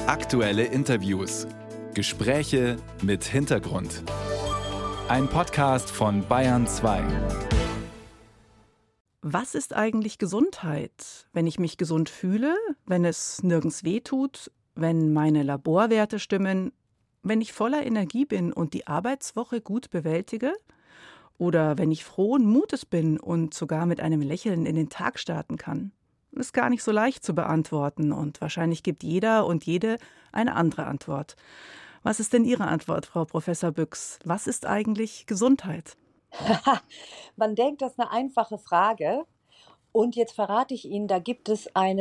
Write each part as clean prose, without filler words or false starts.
Aktuelle Interviews. Gespräche mit Hintergrund. Ein Podcast von Bayern 2. Was ist eigentlich Gesundheit? Wenn ich mich gesund fühle, wenn es nirgends weh tut, wenn meine Laborwerte stimmen, wenn ich voller Energie bin und die Arbeitswoche gut bewältige? Oder wenn ich frohen Mutes bin und sogar mit einem Lächeln in den Tag starten kann? Ist gar nicht so leicht zu beantworten und wahrscheinlich gibt jeder und jede eine andere Antwort. Was ist denn Ihre Antwort, Frau Professor Büchs? Was ist eigentlich Gesundheit? Man denkt, das ist eine einfache Frage. Und jetzt verrate ich Ihnen, da gibt es eine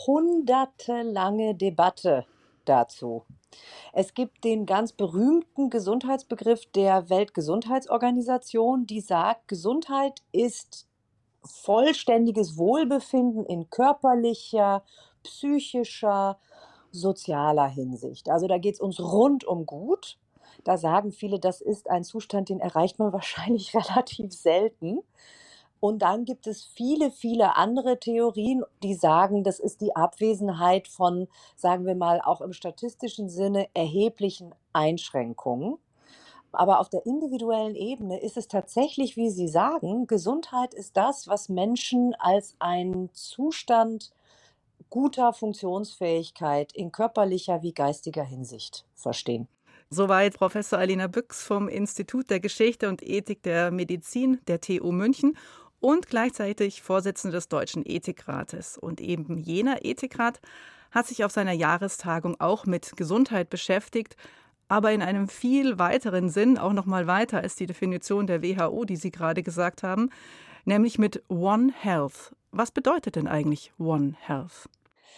jahrhundertelange Debatte dazu. Es gibt den ganz berühmten Gesundheitsbegriff der Weltgesundheitsorganisation, die sagt, Gesundheit ist vollständiges Wohlbefinden in körperlicher, psychischer, sozialer Hinsicht. Also da geht es uns rundum gut. Da sagen viele, das ist ein Zustand, den erreicht man wahrscheinlich relativ selten. Und dann gibt es viele, viele andere Theorien, die sagen, das ist die Abwesenheit von, sagen wir mal, auch im statistischen Sinne erheblichen Einschränkungen. Aber auf der individuellen Ebene ist es tatsächlich, wie Sie sagen, Gesundheit ist das, was Menschen als einen Zustand guter Funktionsfähigkeit in körperlicher wie geistiger Hinsicht verstehen. Soweit Professor Alina Büchs vom Institut der Geschichte und Ethik der Medizin der TU München und gleichzeitig Vorsitzende des Deutschen Ethikrates. Und eben jener Ethikrat hat sich auf seiner Jahrestagung auch mit Gesundheit beschäftigt, aber in einem viel weiteren Sinn, auch noch mal weiter als die Definition der WHO, die Sie gerade gesagt haben, nämlich mit One Health. Was bedeutet denn eigentlich One Health?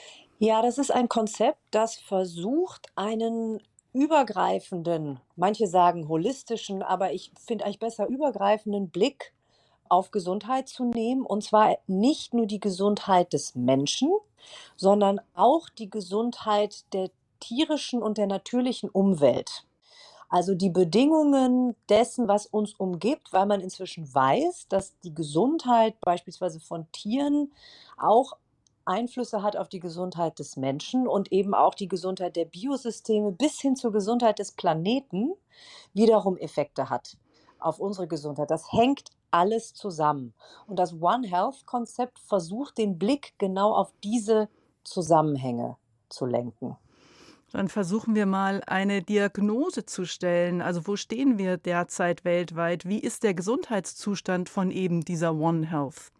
Ja, das ist ein Konzept, das versucht, einen übergreifenden, manche sagen holistischen, aber ich finde eigentlich besser übergreifenden Blick auf Gesundheit zu nehmen. Und zwar nicht nur die Gesundheit des Menschen, sondern auch die Gesundheit der tierischen und der natürlichen Umwelt. Also die Bedingungen dessen, was uns umgibt, weil man inzwischen weiß, dass die Gesundheit beispielsweise von Tieren auch Einflüsse hat auf die Gesundheit des Menschen und eben auch die Gesundheit der Biosysteme bis hin zur Gesundheit des Planeten wiederum Effekte hat auf unsere Gesundheit. Das hängt alles zusammen. Und das One Health-Konzept versucht, den Blick genau auf diese Zusammenhänge zu lenken. Dann versuchen wir mal eine Diagnose zu stellen. Also wo stehen wir derzeit weltweit? Wie ist der Gesundheitszustand von eben dieser One Health?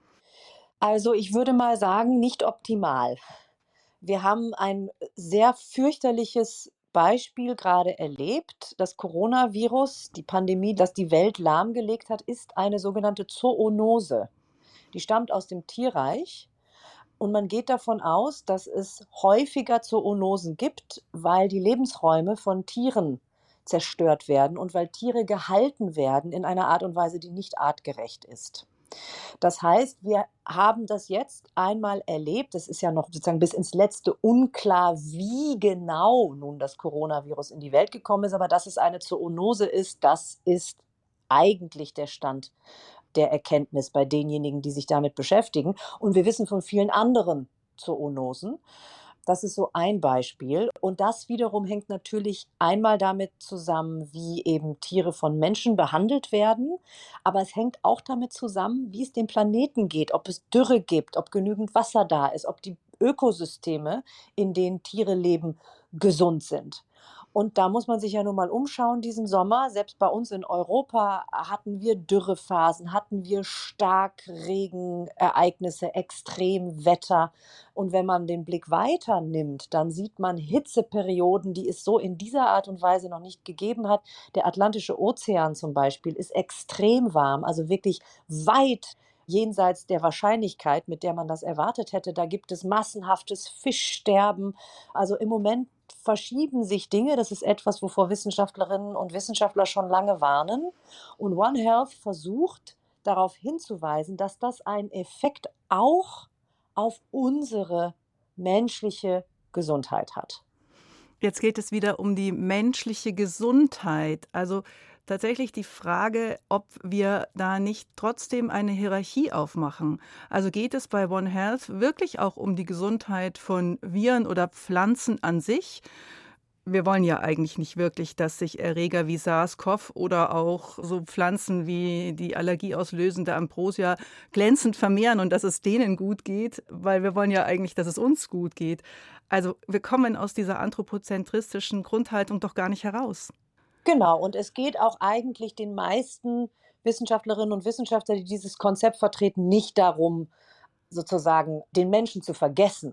Also ich würde mal sagen, nicht optimal. Wir haben ein sehr fürchterliches Beispiel gerade erlebt. Das Coronavirus, die Pandemie, das die Welt lahmgelegt hat, ist eine sogenannte Zoonose. Die stammt aus dem Tierreich. Und man geht davon aus, dass es häufiger Zoonosen gibt, weil die Lebensräume von Tieren zerstört werden und weil Tiere gehalten werden in einer Art und Weise, die nicht artgerecht ist. Das heißt, wir haben das jetzt einmal erlebt. Es ist ja noch sozusagen bis ins Letzte unklar, wie genau nun das Coronavirus in die Welt gekommen ist. Aber dass es eine Zoonose ist, das ist eigentlich der Stand der Erkenntnis bei denjenigen, die sich damit beschäftigen. Und wir wissen von vielen anderen Zoonosen. Das ist so ein Beispiel. Und das wiederum hängt natürlich einmal damit zusammen, wie eben Tiere von Menschen behandelt werden. Aber es hängt auch damit zusammen, wie es dem Planeten geht, ob es Dürre gibt, ob genügend Wasser da ist, ob die Ökosysteme, in denen Tiere leben, gesund sind. Und da muss man sich ja nun mal umschauen diesen Sommer. Selbst bei uns in Europa hatten wir Dürrephasen, hatten wir Starkregenereignisse, Extremwetter. Und wenn man den Blick weiter nimmt, dann sieht man Hitzeperioden, die es so in dieser Art und Weise noch nicht gegeben hat. Der Atlantische Ozean zum Beispiel ist extrem warm, also wirklich weit jenseits der Wahrscheinlichkeit, mit der man das erwartet hätte. Da gibt es massenhaftes Fischsterben. Also im Moment verschieben sich Dinge. Das ist etwas, wovor Wissenschaftlerinnen und Wissenschaftler schon lange warnen. Und One Health versucht darauf hinzuweisen, dass das einen Effekt auch auf unsere menschliche Gesundheit hat. Jetzt geht es wieder um die menschliche Gesundheit. Also tatsächlich die Frage, ob wir da nicht trotzdem eine Hierarchie aufmachen. Also geht es bei One Health wirklich auch um die Gesundheit von Viren oder Pflanzen an sich? Wir wollen ja eigentlich nicht wirklich, dass sich Erreger wie SARS-CoV oder auch so Pflanzen wie die allergieauslösende Ambrosia glänzend vermehren und dass es denen gut geht, weil wir wollen ja eigentlich, dass es uns gut geht. Also wir kommen aus dieser anthropozentristischen Grundhaltung doch gar nicht heraus. Genau, und es geht auch eigentlich den meisten Wissenschaftlerinnen und Wissenschaftler, die dieses Konzept vertreten, nicht darum, sozusagen den Menschen zu vergessen.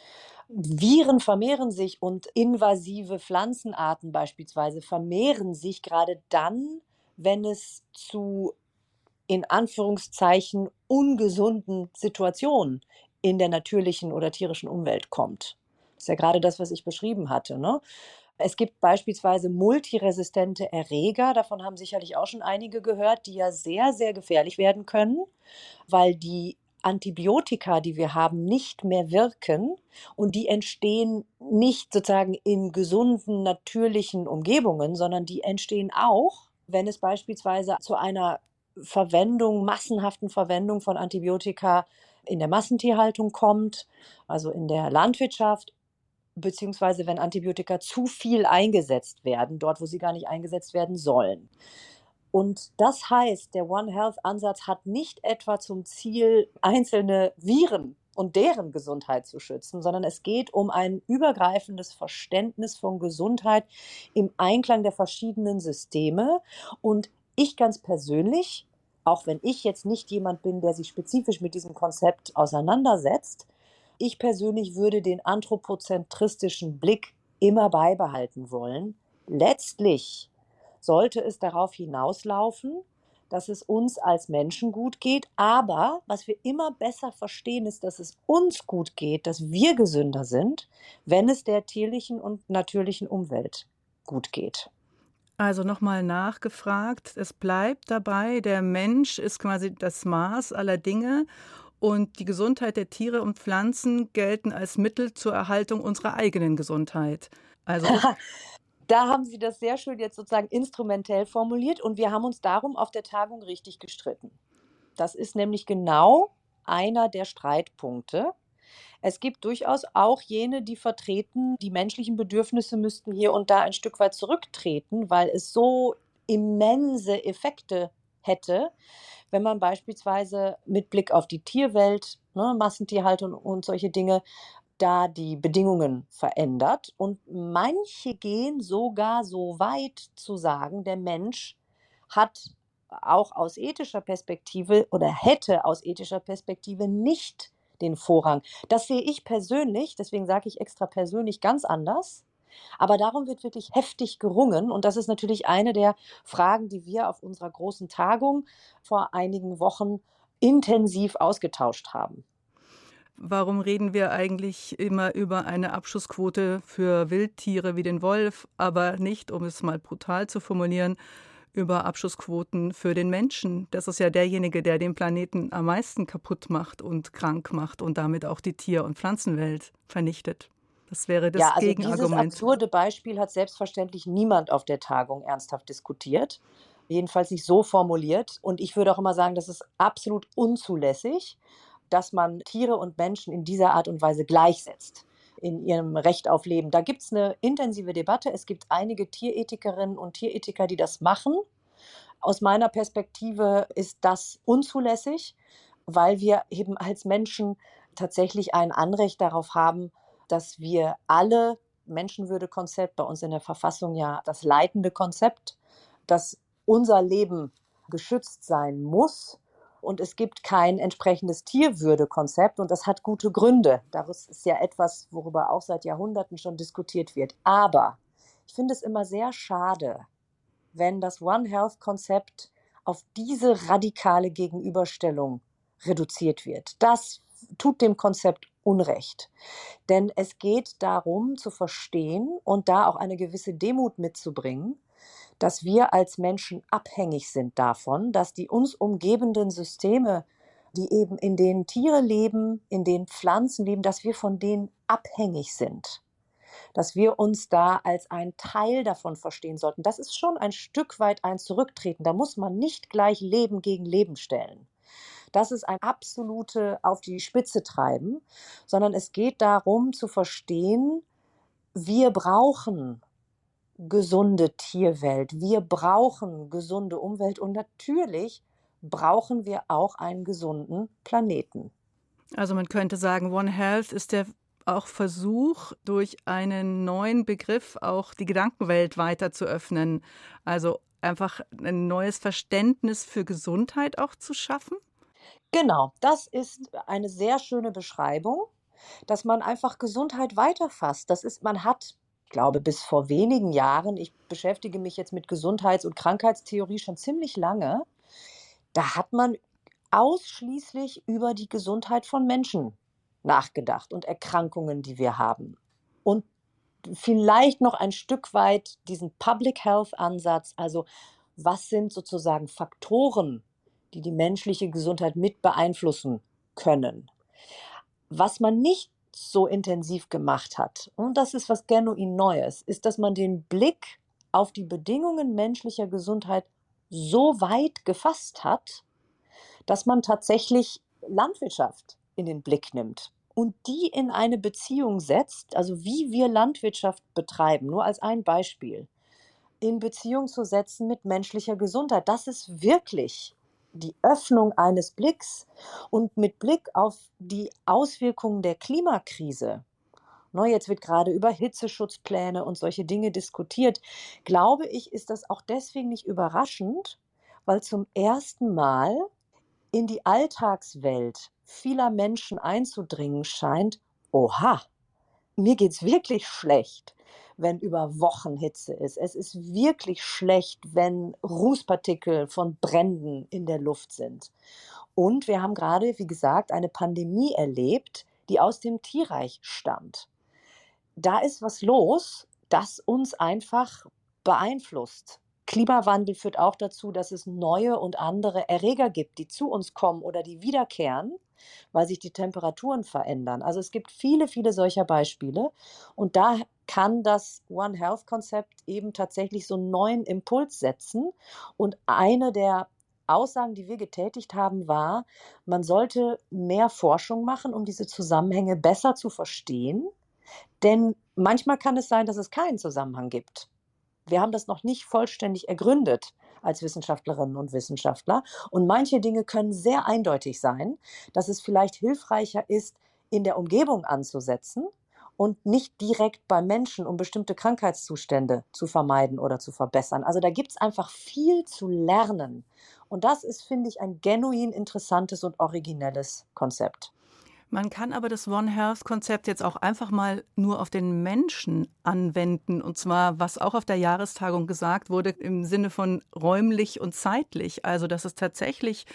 Viren vermehren sich und invasive Pflanzenarten beispielsweise vermehren sich gerade dann, wenn es zu in Anführungszeichen ungesunden Situationen in der natürlichen oder tierischen Umwelt kommt. Das ist ja gerade das, was ich beschrieben hatte, ne? Es gibt beispielsweise multiresistente Erreger, davon haben sicherlich auch schon einige gehört, die ja sehr, sehr gefährlich werden können, weil die Antibiotika, die wir haben, nicht mehr wirken und die entstehen nicht sozusagen in gesunden, natürlichen Umgebungen, sondern die entstehen auch, wenn es beispielsweise zu einer massenhaften Verwendung von Antibiotika in der Massentierhaltung kommt, also in der Landwirtschaft, beziehungsweise wenn Antibiotika zu viel eingesetzt werden, dort, wo sie gar nicht eingesetzt werden sollen. Und das heißt, der One Health-Ansatz hat nicht etwa zum Ziel, einzelne Viren und deren Gesundheit zu schützen, sondern es geht um ein übergreifendes Verständnis von Gesundheit im Einklang der verschiedenen Systeme. Und ich ganz persönlich, auch wenn ich jetzt nicht jemand bin, der sich spezifisch mit diesem Konzept auseinandersetzt, ich persönlich würde den anthropozentristischen Blick immer beibehalten wollen. Letztlich sollte es darauf hinauslaufen, dass es uns als Menschen gut geht. Aber was wir immer besser verstehen, ist, dass es uns gut geht, dass wir gesünder sind, wenn es der tierlichen und natürlichen Umwelt gut geht. Also nochmal nachgefragt, es bleibt dabei, der Mensch ist quasi das Maß aller Dinge und die Gesundheit der Tiere und Pflanzen gelten als Mittel zur Erhaltung unserer eigenen Gesundheit. Also Da haben Sie das sehr schön jetzt sozusagen instrumentell formuliert und wir haben uns darum auf der Tagung richtig gestritten. Das ist nämlich genau einer der Streitpunkte. Es gibt durchaus auch jene, die vertreten, die menschlichen Bedürfnisse müssten hier und da ein Stück weit zurücktreten, weil es so immense Effekte hätte, wenn man beispielsweise mit Blick auf die Tierwelt, ne, Massentierhaltung und solche Dinge, da die Bedingungen verändert. Und manche gehen sogar so weit zu sagen, der Mensch hat auch aus ethischer Perspektive oder hätte aus ethischer Perspektive nicht den Vorrang. Das sehe ich persönlich, deswegen sage ich extra persönlich, ganz anders. Aber darum wird wirklich heftig gerungen. Und das ist natürlich eine der Fragen, die wir auf unserer großen Tagung vor einigen Wochen intensiv ausgetauscht haben. warum reden wir eigentlich immer über eine Abschussquote für Wildtiere wie den Wolf, aber nicht, um es mal brutal zu formulieren, über Abschussquoten für den Menschen? Das ist ja derjenige, der den Planeten am meisten kaputt macht und krank macht und damit auch die Tier- und Pflanzenwelt vernichtet. Das wäre das Ja, also dieses Gegenargument. absurde Beispiel hat selbstverständlich niemand auf der Tagung ernsthaft diskutiert. Jedenfalls nicht so formuliert. Und ich würde auch immer sagen, das ist absolut unzulässig, dass man Tiere und Menschen in dieser Art und Weise gleichsetzt in ihrem Recht auf Leben. Da gibt es eine intensive Debatte. Es gibt einige Tierethikerinnen und Tierethiker, die das machen. Aus meiner Perspektive ist das unzulässig, weil wir eben als Menschen tatsächlich ein Anrecht darauf haben, dass wir alle Menschenwürdekonzept, bei uns in der Verfassung ja das leitende Konzept, dass unser Leben geschützt sein muss. Und es gibt kein entsprechendes Tierwürdekonzept und das hat gute Gründe. Das ist ja etwas, worüber auch seit Jahrhunderten schon diskutiert wird. Aber ich finde es immer sehr schade, wenn das One Health-Konzept auf diese radikale Gegenüberstellung reduziert wird. Das tut dem Konzept Unrecht. Denn es geht darum zu verstehen und da auch eine gewisse Demut mitzubringen, dass wir als Menschen abhängig sind davon, dass die uns umgebenden Systeme, die eben in denen Tiere leben, in denen Pflanzen leben, dass wir von denen abhängig sind. dass wir uns da als ein Teil davon verstehen sollten. Das ist schon ein Stück weit ein Zurücktreten. Da muss man nicht gleich Leben gegen Leben stellen. Das ist ein absolute auf die Spitze treiben, sondern es geht darum zu verstehen, wir brauchen gesunde Tierwelt, wir brauchen gesunde Umwelt und natürlich brauchen wir auch einen gesunden Planeten. Also man könnte sagen, One Health ist der auch Versuch, durch einen neuen Begriff auch die Gedankenwelt weiter zu öffnen. Also einfach ein neues Verständnis für Gesundheit auch zu schaffen? Genau, das ist eine sehr schöne Beschreibung, dass man einfach Gesundheit weiterfasst. Das ist, man hat, ich glaube, bis vor wenigen Jahren, ich beschäftige mich jetzt mit Gesundheits- und Krankheitstheorie schon ziemlich lange, da hat man ausschließlich über die Gesundheit von Menschen nachgedacht und Erkrankungen, die wir haben. Und vielleicht noch ein Stück weit diesen Public Health Ansatz, also was sind sozusagen Faktoren, die die menschliche Gesundheit mit beeinflussen können. Was man nicht so intensiv gemacht hat, und das ist was genuin Neues, ist, dass man den Blick auf die Bedingungen menschlicher Gesundheit so weit gefasst hat, dass man tatsächlich Landwirtschaft in den Blick nimmt und die in eine Beziehung setzt, also wie wir Landwirtschaft betreiben, nur als ein Beispiel, in Beziehung zu setzen mit menschlicher Gesundheit. Das ist wirklich die Öffnung eines Blicks und mit Blick auf die Auswirkungen der Klimakrise. Jetzt wird gerade über Hitzeschutzpläne und solche Dinge diskutiert. Glaube ich, ist das auch deswegen nicht überraschend, weil zum ersten Mal in die Alltagswelt vieler Menschen einzudringen scheint, oha, mir geht's wirklich schlecht, wenn über Wochen Hitze ist. Es ist wirklich schlecht, wenn Rußpartikel von Bränden in der Luft sind. Und wir haben gerade, wie gesagt, eine Pandemie erlebt, die aus dem Tierreich stammt. Da ist was los, das uns einfach beeinflusst. Klimawandel führt auch dazu, dass es neue und andere Erreger gibt, die zu uns kommen oder die wiederkehren, weil sich die Temperaturen verändern. Also es gibt viele, viele solcher Beispiele. Und da kann das One Health-Konzept eben tatsächlich so einen neuen Impuls setzen. Und eine der Aussagen, die wir getätigt haben, war, man sollte mehr Forschung machen, um diese Zusammenhänge besser zu verstehen. Denn manchmal kann es sein, dass es keinen Zusammenhang gibt. Wir haben das noch nicht vollständig ergründet als Wissenschaftlerinnen und Wissenschaftler. Und manche Dinge können sehr eindeutig sein, dass es vielleicht hilfreicher ist, in der Umgebung anzusetzen und nicht direkt beim Menschen, um bestimmte Krankheitszustände zu vermeiden oder zu verbessern. Also da gibt es einfach viel zu lernen. Und das ist, finde ich, ein genuin interessantes und originelles Konzept. Man kann aber das One Health-Konzept jetzt auch einfach mal nur auf den Menschen anwenden. Und zwar, was auch auf der Jahrestagung gesagt wurde, im Sinne von räumlich und zeitlich. Also, dass es tatsächlich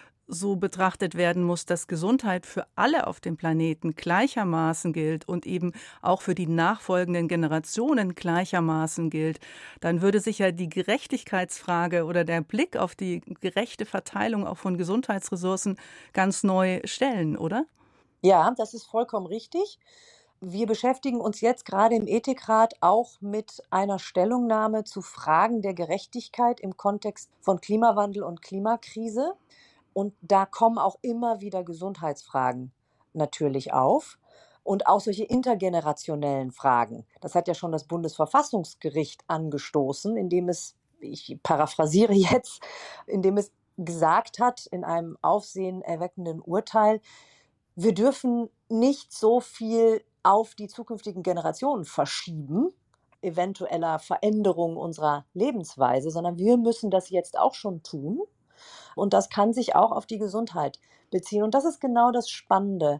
so betrachtet werden muss, dass Gesundheit für alle auf dem Planeten gleichermaßen gilt und eben auch für die nachfolgenden Generationen gleichermaßen gilt. Dann würde sich ja die Gerechtigkeitsfrage oder der Blick auf die gerechte Verteilung auch von Gesundheitsressourcen ganz neu stellen, oder? Ja, das ist vollkommen richtig. Wir beschäftigen uns jetzt gerade im Ethikrat auch mit einer Stellungnahme zu Fragen der Gerechtigkeit im Kontext von Klimawandel und Klimakrise. Und da kommen auch immer wieder Gesundheitsfragen natürlich auf und auch solche intergenerationellen Fragen. Das hat ja schon das Bundesverfassungsgericht angestoßen, indem es, ich paraphrasiere jetzt, indem es gesagt hat in einem aufsehenerweckenden Urteil, wir dürfen nicht so viel auf die zukünftigen Generationen verschieben, eventueller Veränderung unserer Lebensweise, sondern wir müssen das jetzt auch schon tun. Und das kann sich auch auf die Gesundheit beziehen. Und das ist genau das Spannende.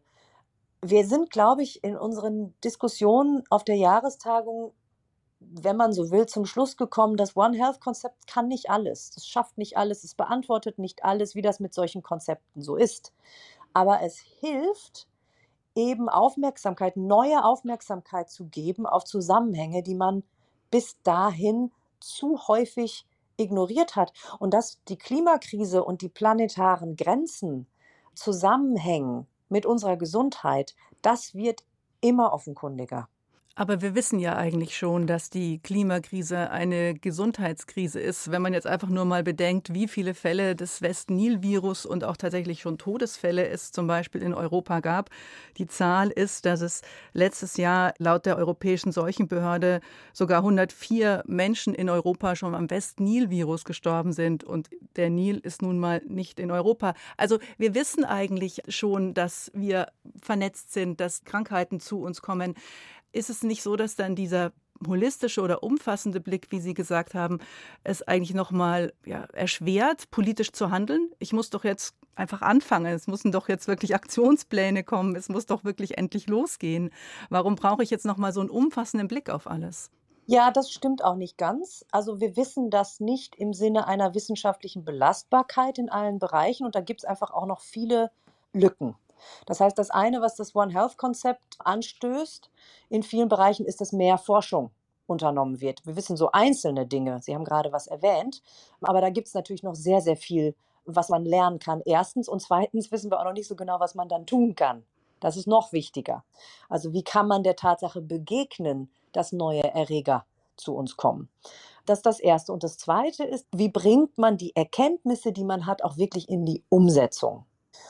Wir sind, glaube ich, in unseren Diskussionen auf der Jahrestagung, wenn man so will, zum Schluss gekommen, das One Health-Konzept kann nicht alles. Es schafft nicht alles, es beantwortet nicht alles, wie das mit solchen Konzepten so ist. Aber es hilft, eben Aufmerksamkeit, neue Aufmerksamkeit zu geben auf Zusammenhänge, die man bis dahin zu häufig ignoriert hat. Und dass die Klimakrise und die planetaren Grenzen zusammenhängen mit unserer Gesundheit, das wird immer offenkundiger. Aber wir wissen ja eigentlich schon, dass die Klimakrise eine Gesundheitskrise ist. Wenn man jetzt einfach nur mal bedenkt, wie viele Fälle des West-Nil-Virus und auch tatsächlich schon Todesfälle es zum Beispiel in Europa gab. Die Zahl ist, dass es letztes Jahr laut der Europäischen Seuchenbehörde sogar 104 Menschen in Europa schon am West-Nil-Virus gestorben sind. Und der Nil ist nun mal nicht in Europa. Also wir wissen eigentlich schon, dass wir vernetzt sind, dass Krankheiten zu uns kommen. Ist es nicht so, dass dann dieser holistische oder umfassende Blick, wie Sie gesagt haben, es eigentlich nochmal erschwert, politisch zu handeln? Ich muss doch jetzt einfach anfangen. Es müssen doch jetzt wirklich Aktionspläne kommen. Es muss doch wirklich endlich losgehen. Warum brauche ich jetzt nochmal so einen umfassenden Blick auf alles? Ja, das stimmt auch nicht ganz. Also wir wissen das nicht im Sinne einer wissenschaftlichen Belastbarkeit in allen Bereichen und da gibt es einfach auch noch viele Lücken. Das heißt, das eine, was das One Health-Konzept anstößt, in vielen Bereichen ist, dass mehr Forschung unternommen wird. Wir wissen so einzelne Dinge, Sie haben gerade was erwähnt, aber da gibt es natürlich noch sehr, sehr viel, was man lernen kann. Erstens und zweitens wissen wir auch noch nicht so genau, was man dann tun kann. Das ist noch wichtiger. Also wie kann man der Tatsache begegnen, dass neue Erreger zu uns kommen? Das ist das Erste. Und das Zweite ist, wie bringt man die Erkenntnisse, die man hat, auch wirklich in die Umsetzung?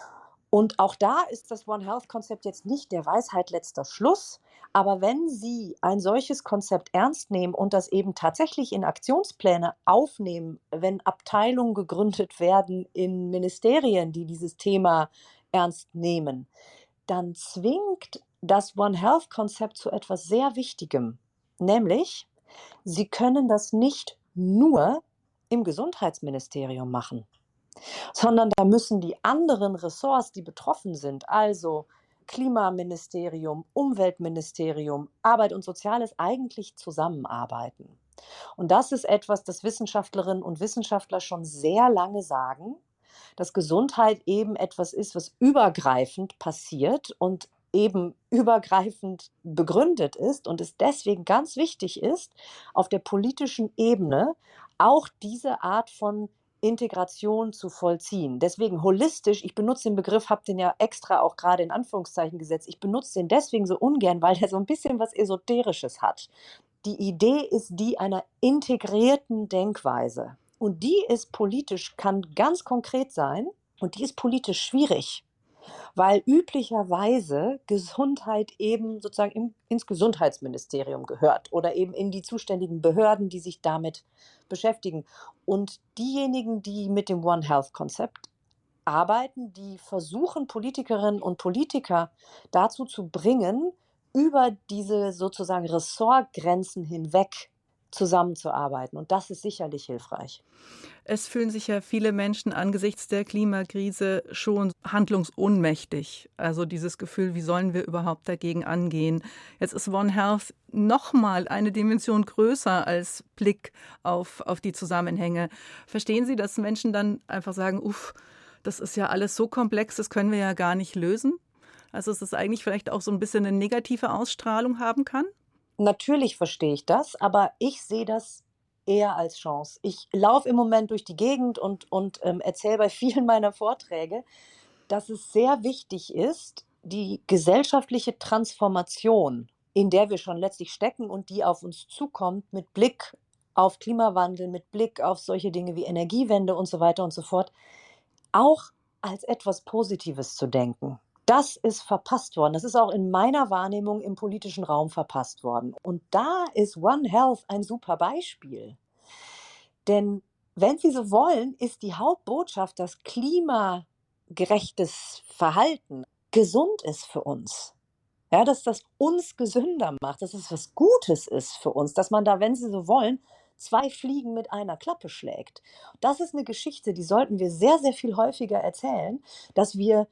Und auch da ist das One Health-Konzept jetzt nicht der Weisheit letzter Schluss. Aber wenn Sie ein solches Konzept ernst nehmen und das eben tatsächlich in Aktionspläne aufnehmen, wenn Abteilungen gegründet werden in Ministerien, die dieses Thema ernst nehmen, dann zwingt das One Health-Konzept zu etwas sehr Wichtigem. Nämlich, Sie können das nicht nur im Gesundheitsministerium machen, sondern da müssen die anderen Ressorts, die betroffen sind, also Klimaministerium, Umweltministerium, Arbeit und Soziales, eigentlich zusammenarbeiten. Und das ist etwas, das Wissenschaftlerinnen und Wissenschaftler schon sehr lange sagen, dass Gesundheit eben etwas ist, was übergreifend passiert und eben übergreifend begründet ist und es deswegen ganz wichtig ist, auf der politischen Ebene auch diese Art von Integration zu vollziehen. Deswegen holistisch, ich benutze den Begriff, habe den ja extra auch gerade in Anführungszeichen gesetzt, ich benutze den deswegen so ungern, weil der so ein bisschen was Esoterisches hat. Die Idee ist die einer integrierten Denkweise. Und die ist politisch, kann ganz konkret sein und die ist politisch schwierig, weil üblicherweise Gesundheit eben sozusagen ins Gesundheitsministerium gehört oder eben in die zuständigen Behörden, die sich damit beschäftigen. Und diejenigen, die mit dem One Health-Konzept arbeiten, die versuchen, Politikerinnen und Politiker dazu zu bringen, über diese sozusagen Ressortgrenzen hinweg zusammenzuarbeiten. Und das ist sicherlich hilfreich. Es fühlen sich ja viele Menschen angesichts der Klimakrise schon handlungsohnmächtig. Also dieses Gefühl, wie sollen wir überhaupt dagegen angehen? Jetzt ist One Health nochmal eine Dimension größer als Blick auf die Zusammenhänge. Verstehen Sie, dass Menschen dann einfach sagen, das ist ja alles so komplex, das können wir ja gar nicht lösen? Also dass es eigentlich vielleicht auch so ein bisschen eine negative Ausstrahlung haben kann? Natürlich verstehe ich das, aber ich sehe das eher als Chance. Ich laufe im Moment durch die Gegend und erzähle bei vielen meiner Vorträge, dass es sehr wichtig ist, die gesellschaftliche Transformation, in der wir schon letztlich stecken und die auf uns zukommt, mit Blick auf Klimawandel, mit Blick auf solche Dinge wie Energiewende und so weiter und so fort, auch als etwas Positives zu denken. Das ist verpasst worden. Das ist auch in meiner Wahrnehmung im politischen Raum verpasst worden. Und da ist One Health ein super Beispiel. Denn wenn Sie so wollen, ist die Hauptbotschaft, dass klimagerechtes Verhalten gesund ist für uns. Ja, dass das uns gesünder macht, dass es was Gutes ist für uns, dass man da, wenn Sie so wollen, 2 Fliegen mit einer Klappe schlägt. Das ist eine Geschichte, die sollten wir sehr, sehr viel häufiger erzählen, dass wir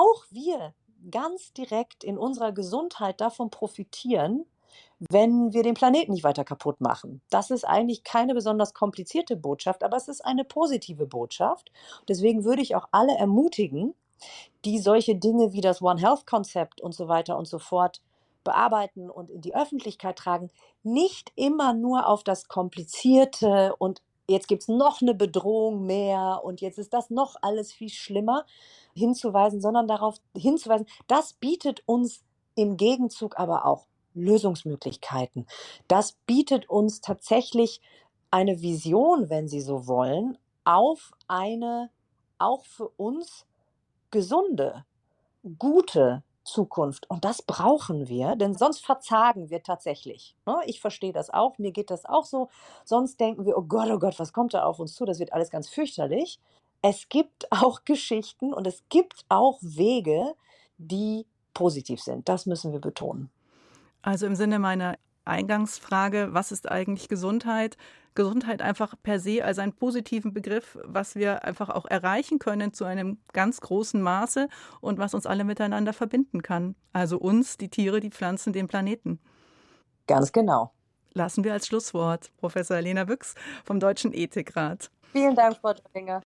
ganz direkt in unserer Gesundheit davon profitieren, wenn wir den Planeten nicht weiter kaputt machen. Das ist eigentlich keine besonders komplizierte Botschaft, aber es ist eine positive Botschaft. Deswegen würde ich auch alle ermutigen, die solche Dinge wie das One Health-Konzept und so weiter und so fort bearbeiten und in die Öffentlichkeit tragen, nicht immer nur auf das Komplizierte und jetzt gibt es noch eine Bedrohung mehr und jetzt ist das noch alles viel schlimmer hinzuweisen, sondern darauf hinzuweisen, das bietet uns im Gegenzug aber auch Lösungsmöglichkeiten. Das bietet uns tatsächlich eine Vision, wenn Sie so wollen, auf eine auch für uns gesunde, gute Zukunft. Und das brauchen wir, denn sonst verzagen wir tatsächlich. Ne? Ich verstehe das auch, mir geht das auch so. Sonst denken wir, oh Gott, was kommt da auf uns zu? Das wird alles ganz fürchterlich. Es gibt auch Geschichten und es gibt auch Wege, die positiv sind. Das müssen wir betonen. Also im Sinne meiner Eingangsfrage, was ist eigentlich Gesundheit? Gesundheit einfach per se als einen positiven Begriff, was wir einfach auch erreichen können zu einem ganz großen Maße und was uns alle miteinander verbinden kann. Also uns, die Tiere, die Pflanzen, den Planeten. Ganz genau. Lassen wir als Schlusswort Professor Lena Büchs vom Deutschen Ethikrat. Vielen Dank, Frau Döllinger.